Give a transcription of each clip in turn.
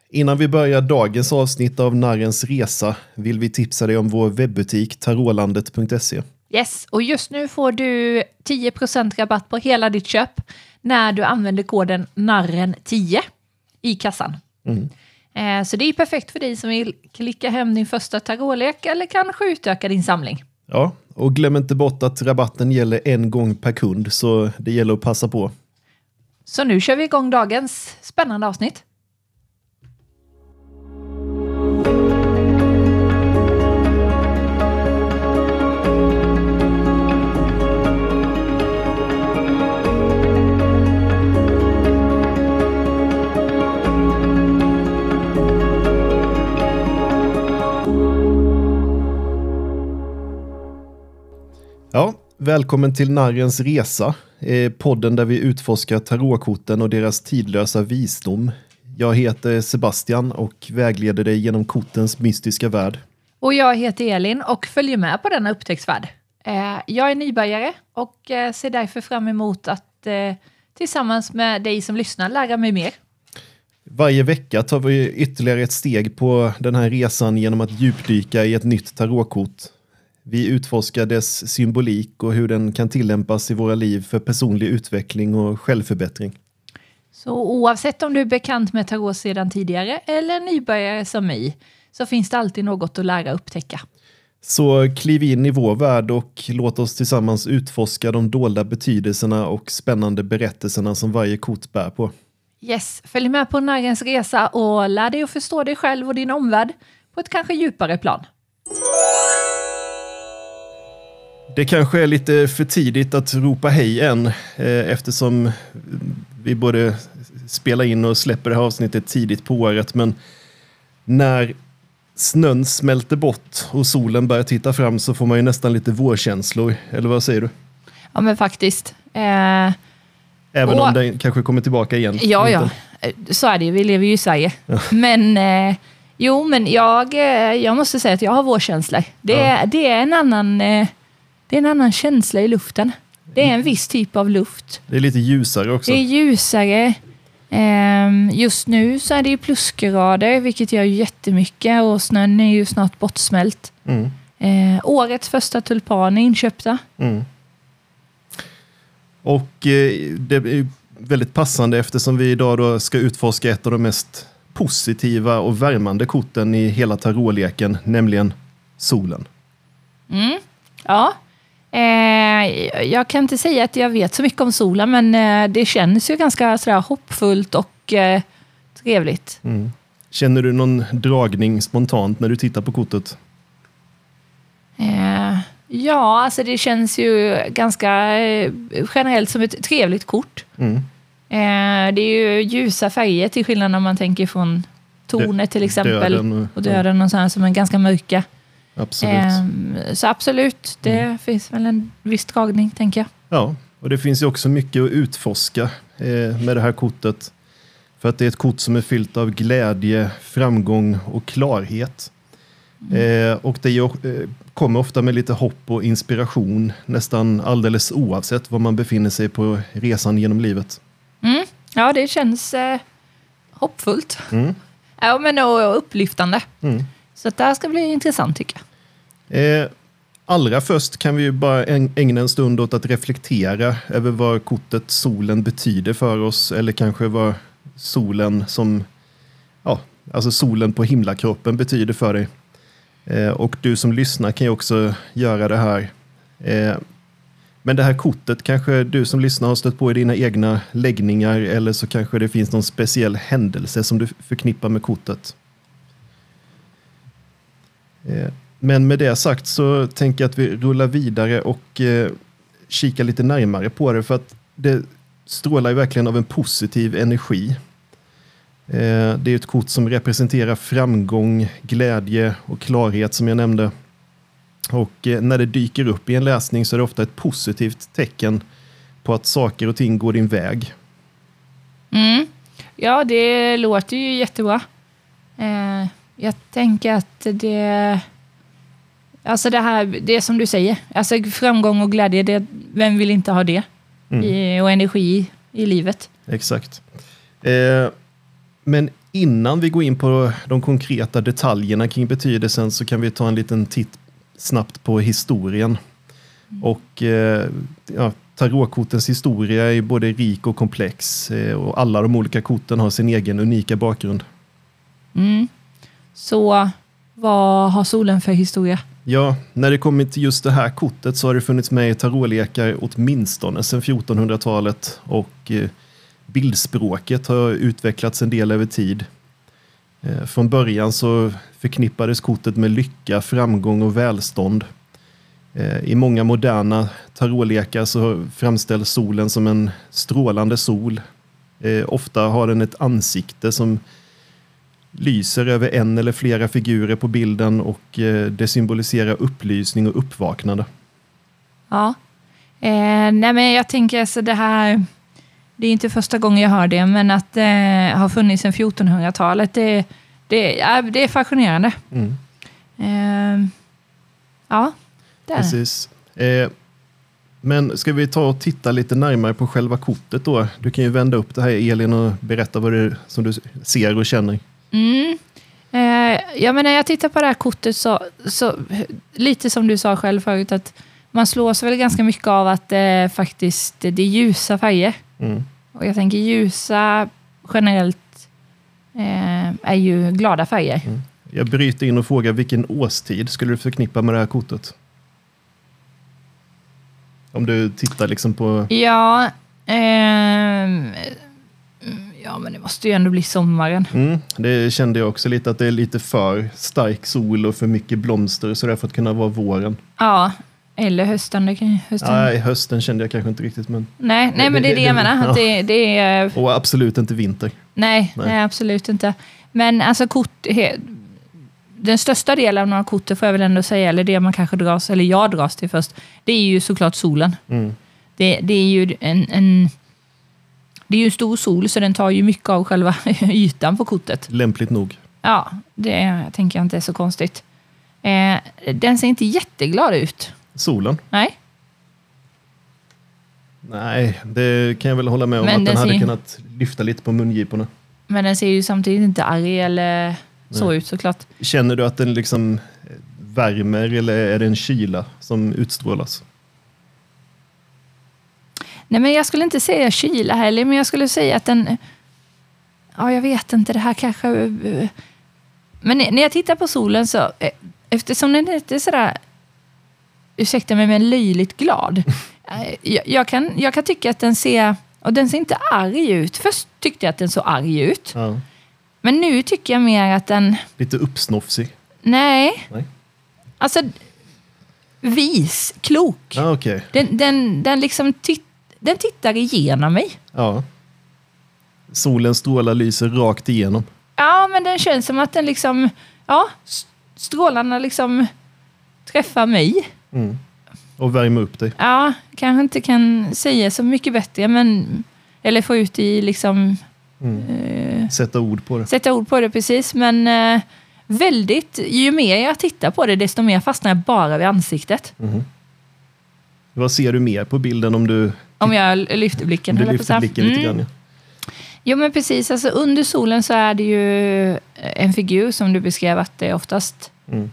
Innan vi börjar dagens avsnitt av Narrens Resa vill vi tipsa dig om vår webbutik tarotlandet.se. Yes, och just nu får du 10% rabatt på hela ditt köp när du använder koden NARREN10 i kassan. Så det är perfekt för dig som vill klicka hem din första tarotlek eller kanske utöka din samling. Ja, och glöm inte bort att rabatten gäller en gång per kund, så det gäller att passa på. Så nu kör vi igång dagens spännande avsnitt. Ja, välkommen till Narrens Resa, podden där vi utforskar tarotkorten och deras tidlösa visdom. Jag heter Sebastian och vägleder dig genom kortens mystiska värld. Och jag heter Elin och följer med på denna upptäcktsfärd. Jag är nybörjare och ser därför fram emot att tillsammans med dig som lyssnar lära mig mer. Varje vecka tar vi ytterligare ett steg på den här resan genom att djupdyka i ett nytt tarotkort. Vi utforskar dess symbolik och hur den kan tillämpas i våra liv för personlig utveckling och självförbättring. Så oavsett om du är bekant med tarot sedan tidigare eller nybörjare som mig, så finns det alltid något att lära och upptäcka. Så kliv in i vår värld och låt oss tillsammans utforska de dolda betydelserna och spännande berättelserna som varje kort bär på. Yes, följ med på Narrens Resa och lär dig att förstå dig själv och din omvärld på ett kanske djupare plan. Det kanske är lite för tidigt att ropa hej än, eftersom vi både spelar in och släpper det här avsnittet tidigt på året. Men när snön smälter bort och solen börjar titta fram så får man ju nästan lite vårkänslor. Eller vad säger du? Ja, men faktiskt. Även om den kanske kommer tillbaka igen. Ja, så är det. Vi lever ju i Sverige. Ja. Men jag måste säga att jag har vårkänslor. Det är en annan känsla i luften. Det är en viss typ av luft. Det är lite ljusare också. Det är ljusare. Just nu så är det ju plusgrader, vilket gör jättemycket. Och snön är ju snart bortsmält. Årets första tulpaner inköpta. Och det är väldigt passande eftersom vi idag då ska utforska ett av de mest positiva och värmande korten i hela tarotleken, nämligen solen. Ja. Jag kan inte säga att jag vet så mycket om solen, men det känns ju ganska sådär hoppfullt och trevligt. Känner du någon dragning spontant när du tittar på kortet? Ja, alltså det känns ju ganska generellt som ett trevligt kort. Det är ju ljusa färger till skillnad om man tänker från tornet till exempel. Och döden och sådär som är ganska mörka. Absolut. Så absolut, det finns väl en viss dragning, tänker jag. Ja, och det finns ju också mycket att utforska med det här kortet. För att det är ett kort som är fyllt av glädje, framgång och klarhet. Och det kommer ofta med lite hopp och inspiration, nästan alldeles oavsett var man befinner sig på resan genom livet. Ja, det känns hoppfullt. Ja, men och upplyftande. Så det här ska bli intressant, tycker jag. Allra först kan vi ju bara ägna en stund åt att reflektera över vad kortet solen betyder för oss, eller kanske vad solen som, alltså solen på himlakroppen betyder för dig. Och du som lyssnar kan ju också göra det här. Men det här kortet kanske du som lyssnar har stött på i dina egna läggningar, eller så kanske det finns någon speciell händelse som du förknippar med kortet. Men med det sagt så tänker jag att vi rullar vidare och kikar lite närmare på det, för att det strålar ju verkligen av en positiv energi. Det är ett kort som representerar framgång, glädje och klarhet, som jag nämnde. Och när det dyker upp i en läsning så är det ofta ett positivt tecken på att saker och ting går din väg. Ja, det låter ju jättebra. Jag tänker att alltså det är som du säger. Alltså framgång och glädje, vem vill inte ha det? Och energi i livet. Exakt. Men innan vi går in på de konkreta detaljerna kring betydelsen så kan vi ta en liten titt snabbt på historien. Och tarotkortens historia är både rik och komplex och alla de olika korten har sin egen unika bakgrund. Så vad har solen för historia? Ja, när det kommer till just det här kortet så har det funnits med i tarotlekar åtminstone sedan 1400-talet och bildspråket har utvecklats en del över tid. Från början så förknippades kortet med lycka, framgång och välstånd. I många moderna tarotlekar så framställs solen som en strålande sol. Ofta har den ett ansikte som lyser över en eller flera figurer på bilden och det symboliserar upplysning och uppvaknande. Ja, nej men jag tänker så det här, det är inte första gången jag hör det, men att det har funnits sedan 1400-talet, det är fascinerande. Ja, det är precis. Men ska vi ta och titta lite närmare på själva kortet då? Du kan ju vända upp det här, Elin, och berätta vad det är som du ser och känner. Ja, men när jag tittar på det här kortet så lite som du sa själv förut, att man slås väl ganska mycket av att faktiskt det är ljusa färger. Och jag tänker ljusa generellt är ju glada färger. Jag bryter in och frågar, vilken årstid skulle du förknippa med det här kortet? Om du tittar liksom på... Ja, men det måste ju ändå bli sommaren. Det kände jag också lite, att det är lite för stark sol och för mycket blomster så det för att kunna vara våren. Ja, eller hösten. Nej, hösten kände jag kanske inte riktigt. Men nej, men det är det jag menar. Ja. Att det är... Och absolut inte vinter. Nej, absolut inte. Men alltså den största delen av kortet får jag väl ändå säga, eller det man kanske dras, eller jag dras till först, det är ju såklart solen. Det är ju det är ju en stor sol, så den tar ju mycket av själva ytan på kortet. Lämpligt nog. Ja, det tänker jag inte är så konstigt. Den ser inte jätteglad ut. Solen? Nej. Nej, det kan jag väl hålla med om, Men att den hade kunnat lyfta lite på mungiporna. Men den ser ju samtidigt inte arg eller så ut såklart. Känner du att den liksom värmer eller är det en kyla som utstrålas? Nej, men jag skulle inte säga kyla heller, men jag skulle säga att den... Ja, jag vet inte, det här kanske... Men när jag tittar på solen så... Eftersom den inte är sådär... Ursäkta mig, men löjligt glad. Jag kan tycka att den ser... Och den ser inte arg ut. Först tyckte jag att den såg arg ut. Ja. Men nu tycker jag mer att den... Lite uppsnofsig? Nej. Alltså... Vis, klok. Ja, okej. Den liksom... Den tittar igenom mig. Ja. Solen strålar lyser rakt igenom. Ja, men den känns som att den liksom... Ja, strålarna liksom träffar mig. Och värmer upp dig. Ja, kanske inte kan säga så mycket bättre, men... Eller få ut i liksom... Sätta ord på det. Sätta ord på det, precis. Men väldigt... Ju mer jag tittar på det, desto mer fastnar jag bara vid ansiktet. Vad ser du mer på bilden om jag lyfter blicken? Om du lyfter blicken lite grann, ja. Jo, men precis. Alltså, under solen så är det ju en figur som du beskrev att det är oftast.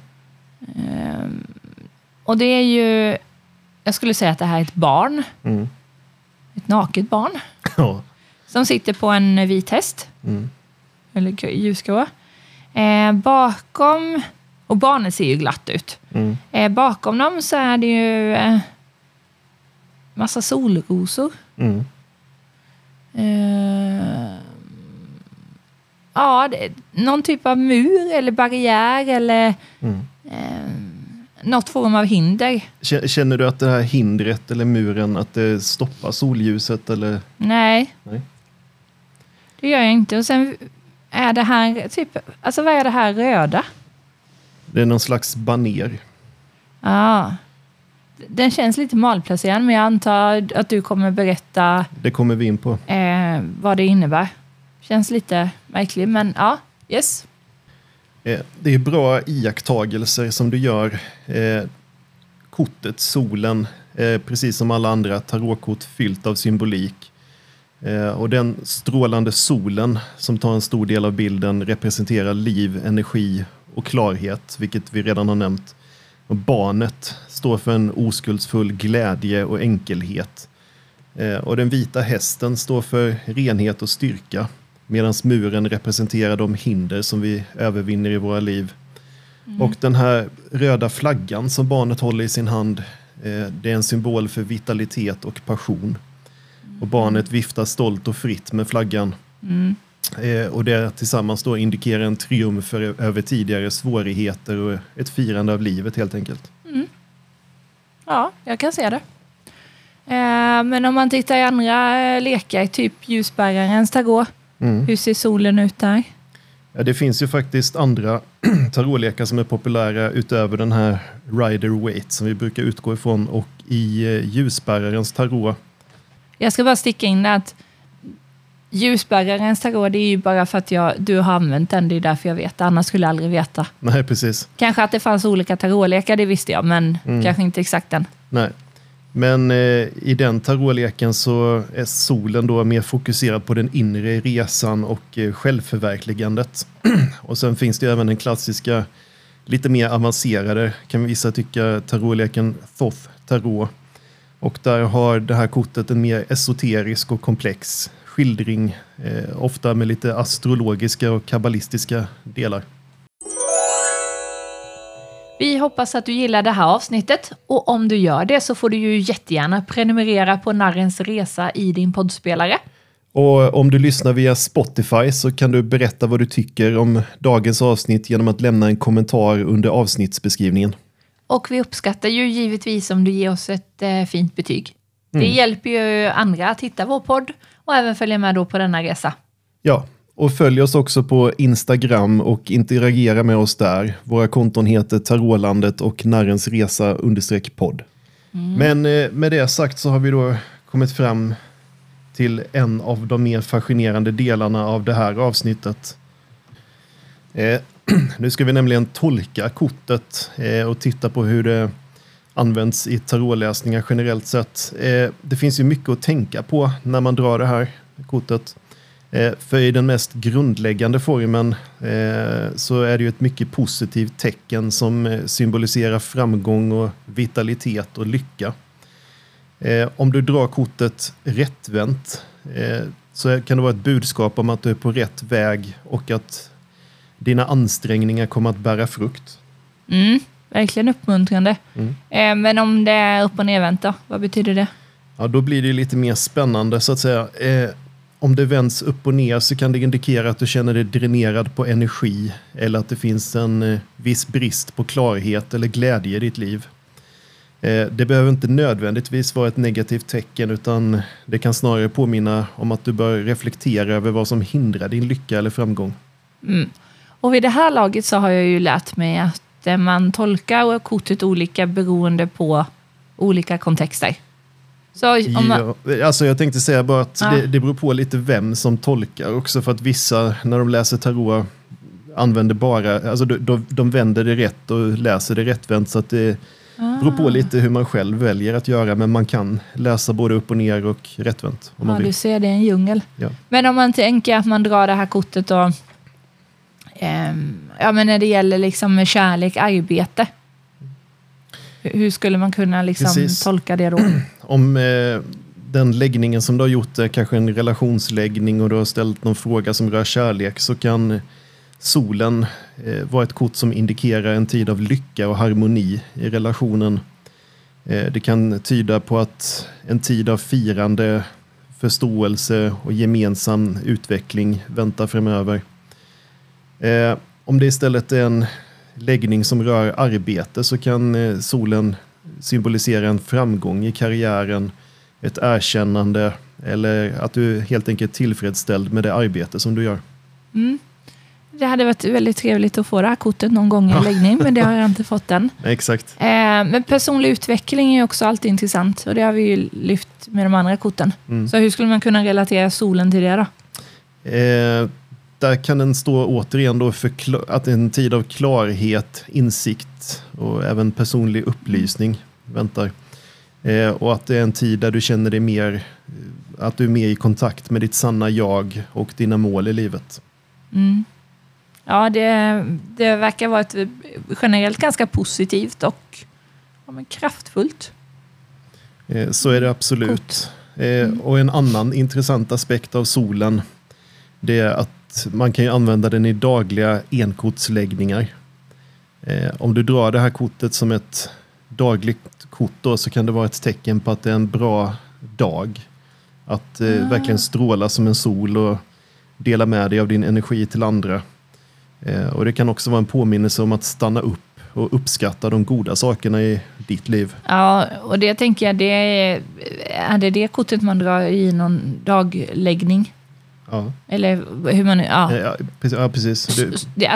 Och det är ju... Jag skulle säga att det här är ett barn. Ett naket barn. Ja. Som sitter på en vit häst. Eller ljusgrå. Bakom... Och barnet ser ju glatt ut. Bakom dem så är det ju... massa solrosor. Ja, någon typ av mur eller barriär eller något form av hinder. Känner du att det här hindret eller muren, att det stoppar solljuset? Eller? Nej. Det gör jag inte. Och sen är det här typ... Alltså vad är det här röda? Det är någon slags baner. Ja. Den känns lite malplacerad, men jag antar att du kommer berätta... Det kommer vi in på. Vad det innebär. Känns lite märkligt, men ja, yes. Det är bra iakttagelser som du gör. Kortet, solen, precis som alla andra tarotkort, fyllt av symbolik. Och den strålande solen som tar en stor del av bilden representerar liv, energi och klarhet, vilket vi redan har nämnt. Och barnet står för en oskuldsfull glädje och enkelhet. Och den vita hästen står för renhet och styrka, medan muren representerar de hinder som vi övervinner i våra liv. Och den här röda flaggan som barnet håller i sin hand, det är en symbol för vitalitet och passion. Och barnet viftar stolt och fritt med flaggan. Och det tillsammans då indikerar en triumf över tidigare svårigheter och ett firande av livet helt enkelt. Ja, jag kan se det. Men om man tittar i andra lekar, typ ljusbärarens tarot, hur ser solen ut där? Ja, det finns ju faktiskt andra tarotlekar som är populära utöver den här Rider-Waite som vi brukar utgå ifrån, och i ljusbärarens tarot. Jag ska bara sticka in att ljusbärarens tarot, det är ju bara för att du har använt den, det är därför jag vet. Annars skulle jag aldrig veta. Nej, precis. Kanske att det fanns olika tarotlekar, det visste jag, men kanske inte exakt den. Nej, men i den tarotleken så är solen då mer fokuserad på den inre resan och självförverkligandet. Och sen finns det även den klassiska, lite mer avancerade, kan vissa tycka, tarotleken Thoth Tarot. Och där har det här kortet en mer esoterisk och komplex skildring, ofta med lite astrologiska och kabbalistiska delar. Vi hoppas att du gillar det här avsnittet, och om du gör det så får du ju jättegärna prenumerera på Narrens Resa i din poddspelare. Och om du lyssnar via Spotify så kan du berätta vad du tycker om dagens avsnitt genom att lämna en kommentar under avsnittsbeskrivningen. Och vi uppskattar ju givetvis om du ger oss ett fint betyg. Det hjälper ju andra att hitta vår podd och även följa med då på denna resa. Ja, och följ oss också på Instagram och interagera med oss där. Våra konton heter Tarotlandet och Narrens Resa _podd. Men med det sagt så har vi då kommit fram till en av de mer fascinerande delarna av det här avsnittet. Nu ska vi nämligen tolka kortet och titta på hur det används i tarotläsningar generellt sett. Det finns ju mycket att tänka på när man drar det här kortet. För i den mest grundläggande formen så är det ju ett mycket positivt tecken som symboliserar framgång och vitalitet och lycka. Om du drar kortet rättvänt så kan det vara ett budskap om att du är på rätt väg och att dina ansträngningar kommer att bära frukt. Verkligen uppmuntrande. Men om det är upp- och nervänt då, vad betyder det? Ja, då blir det lite mer spännande så att säga. Om det vänds upp och ner så kan det indikera att du känner dig dränerad på energi eller att det finns en viss brist på klarhet eller glädje i ditt liv. Det behöver inte nödvändigtvis vara ett negativt tecken, utan det kan snarare påminna om att du bör reflektera över vad som hindrar din lycka eller framgång. Och vid det här laget så har jag ju lärt mig att man tolkar kortet olika beroende på olika kontexter. Så om man... Alltså jag tänkte säga bara att det beror på lite vem som tolkar också, för att vissa när de läser tarot använder bara, alltså de vänder det rätt och läser det rättvänt, så att det beror på lite hur man själv väljer att göra, men man kan läsa både upp och ner och rättvänt om man vill. Du ser, det är en djungel. Ja. Men om man tänker att man drar det här kortet då, men när det gäller liksom kärlek, arbete, hur skulle man kunna liksom tolka det då? Om den läggningen som du har gjort är kanske en relationsläggning och du har ställt någon fråga som rör kärlek, så kan solen vara ett kort som indikerar en tid av lycka och harmoni i relationen. Det kan tyda på att en tid av firande, förståelse och gemensam utveckling väntar framöver. Om det istället är en läggning som rör arbete, så kan solen symbolisera en framgång i karriären, ett erkännande eller att du helt enkelt är tillfredsställd med det arbete som du gör. Det hade varit väldigt trevligt att få det här kortet någon gång i läggning, men det har jag inte fått än. Exakt. Men personlig utveckling är också alltid intressant, och det har vi ju lyft med de andra korten. Så hur skulle man kunna relatera solen till det då? Där kan den stå återigen då för att en tid av klarhet, insikt och även personlig upplysning väntar. Och att det är en tid där du känner dig mer att du är mer i kontakt med ditt sanna jag och dina mål i livet. Ja, det verkar vara ett generellt ganska positivt och kraftfullt. Så är det absolut. Och en annan intressant aspekt av solen, det är att man kan ju använda den i dagliga enkortsläggningar. Om du drar det här kortet som ett dagligt kort då, så kan det vara ett tecken på att det är en bra dag. Att verkligen stråla som en sol och dela med dig av din energi till andra. Och det kan också vara en påminnelse om att stanna upp och uppskatta de goda sakerna i ditt liv. Ja, och det tänker jag, är det kortet man drar i någon dagläggning? Ja. Eller hur man... Ja, precis. Det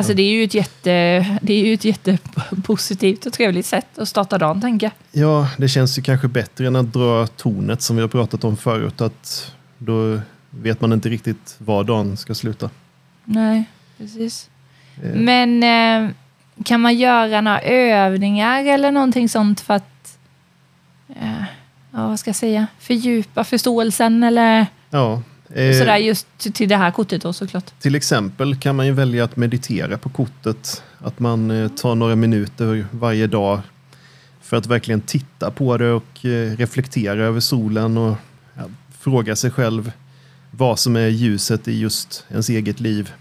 är ju ett jättepositivt och trevligt sätt att starta dagen, tänker jag. Ja, det känns ju kanske bättre än att dra tornet som vi har pratat om förut. Att då vet man inte riktigt var dagen ska sluta. Nej, precis. Men kan man göra några övningar eller någonting sånt för att vad ska jag säga, fördjupa förståelsen eller sådär just till det här kortet då, såklart? Till exempel kan man ju välja att meditera på kortet. Att man tar några minuter varje dag för att verkligen titta på det och reflektera över solen och fråga sig själv vad som är ljuset i just ens eget liv.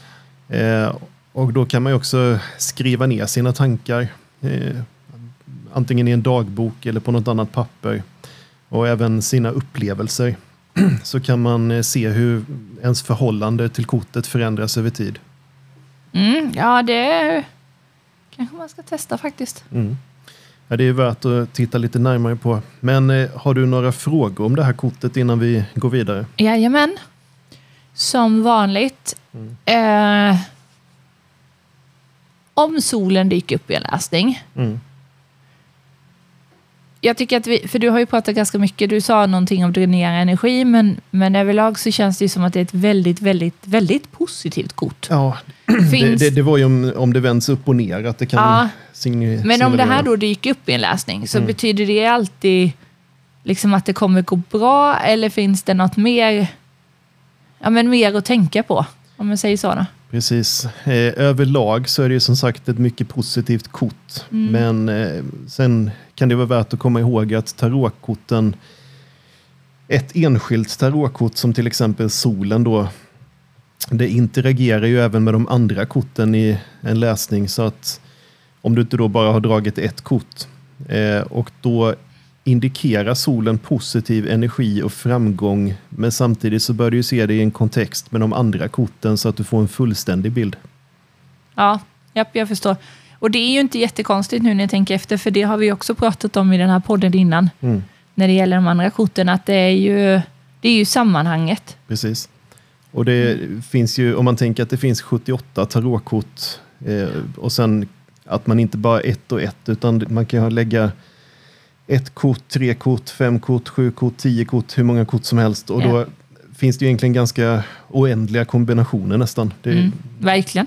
Och då kan man ju också skriva ner sina tankar, antingen i en dagbok eller på något annat papper, och även sina upplevelser. Så kan man se hur ens förhållande till kortet förändras över tid. Ja, det kanske man ska testa faktiskt. Ja, det är värt att titta lite närmare på. Men har du några frågor om det här kortet innan vi går vidare? Jajamän. Som vanligt. Om solen dyker upp i en läsning. Jag tycker att för du har ju pratat ganska mycket. Du sa någonting om dränera energi. Men överlag så känns det som att det är ett väldigt, väldigt, väldigt positivt kort. Ja, det var ju om det vänds upp och ner. Att det kan men om det här då dyker upp i en läsning. Så betyder det alltid liksom att det kommer gå bra. Eller finns det något mer att tänka på? Om man säger så då. Precis. Överlag så är det ju som sagt ett mycket positivt kort. Men sen kan det vara värt att komma ihåg att tarotkorten, ett enskilt tarotkort som till exempel solen då, det interagerar ju även med de andra korten i en läsning. Så att om du inte då bara har dragit ett kort och då indikerar solen positiv energi och framgång, men samtidigt så bör du ju se det i en kontext med de andra korten så att du får en fullständig bild. Ja, jag förstår. Och det är ju inte jättekonstigt nu när jag tänker efter, för det har vi också pratat om i den här podden innan. När det gäller de andra korten, att det är ju sammanhanget. Precis. Och det finns ju, om man tänker att det finns 78 tarotkort och sen att man inte bara ett och ett, utan man kan lägga 1 kort, 3 kort, 5 kort, 7 kort, 10 kort, hur många kort som helst. Och då finns det ju egentligen ganska oändliga kombinationer nästan. Verkligen.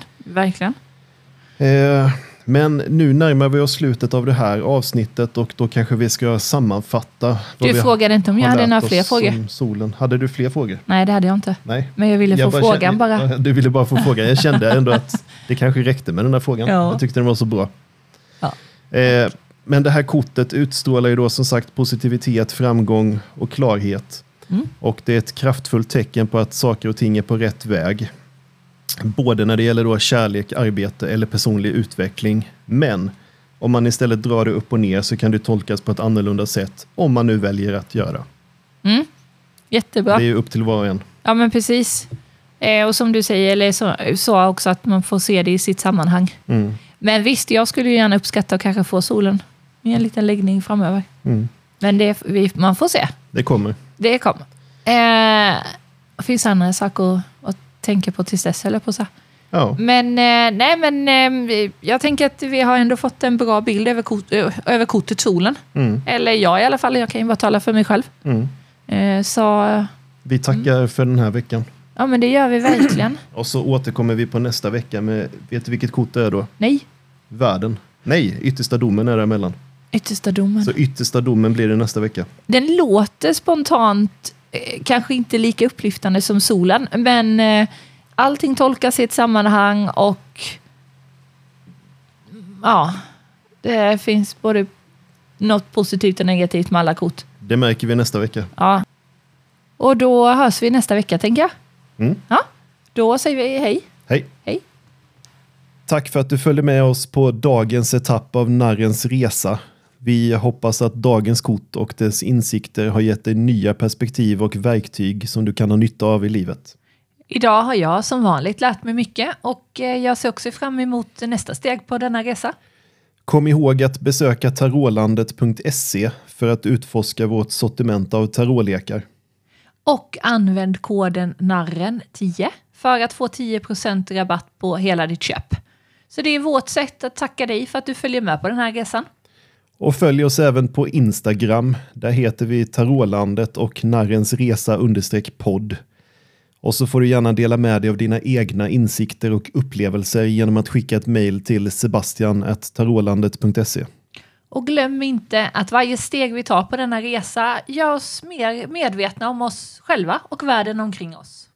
Men nu närmar vi oss slutet av det här avsnittet och då kanske vi ska sammanfatta. Du frågade inte om jag hade några fler frågor. Solen. Hade du fler frågor? Nej, det hade jag inte. Nej. Men jag ville få frågan bara. Du ville bara få frågan. Jag kände ändå att det kanske räckte med den här frågan. Ja. Jag tyckte den var så bra. Ja. Men det här kortet utstrålar ju då som sagt positivitet, framgång och klarhet. Och det är ett kraftfullt tecken på att saker och ting är på rätt väg. Både när det gäller då kärlek, arbete eller personlig utveckling. Men om man istället drar det upp och ner så kan det tolkas på ett annorlunda sätt om man nu väljer att göra. Jättebra. Det är ju upp till var och en. Ja, men precis. Och som du säger, eller så också att man får se det i sitt sammanhang. Men visst, jag skulle ju gärna uppskatta att kanske få solen i en liten läggning framöver. Men man får se. Det kommer. Finns andra saker att tänka på tills dess, eller på så. Ja. Men jag tänker att vi har ändå fått en bra bild över kortet solen. Eller jag i alla fall, jag kan ju bara tala för mig själv. Så vi tackar för den här veckan. Ja, men det gör vi verkligen. Och så återkommer vi på nästa vecka med, vet du vilket kort det är då? Nej. Världen. Nej, yttersta domen är däremellan. Yttersta domen. Så yttersta domen blir det nästa vecka. Den låter spontant kanske inte lika upplyftande som solen, men allting tolkas i ett sammanhang och ja, det finns både något positivt och negativt med alla kort. Det märker vi nästa vecka. Ja. Och då hörs vi nästa vecka, tänker jag. Mm. Ja, då säger vi hej. Hej. Hej. Tack för att du följde med oss på dagens etapp av Narrens resa. Vi hoppas att dagens kort och dess insikter har gett dig nya perspektiv och verktyg som du kan ha nytta av i livet. Idag har jag som vanligt lärt mig mycket och jag ser också fram emot nästa steg på denna resa. Kom ihåg att besöka tarotlandet.se för att utforska vårt sortiment av tarotlekar. Och använd koden NARREN10 för att få 10% rabatt på hela ditt köp. Så det är vårt sätt att tacka dig för att du följer med på den här resan. Och följ oss även på Instagram. Där heter vi Tarotlandet och narrensresa_podd. Och så får du gärna dela med dig av dina egna insikter och upplevelser genom att skicka ett mejl till sebastian@tarotlandet.se. Och glöm inte att varje steg vi tar på denna resa gör oss mer medvetna om oss själva och världen omkring oss.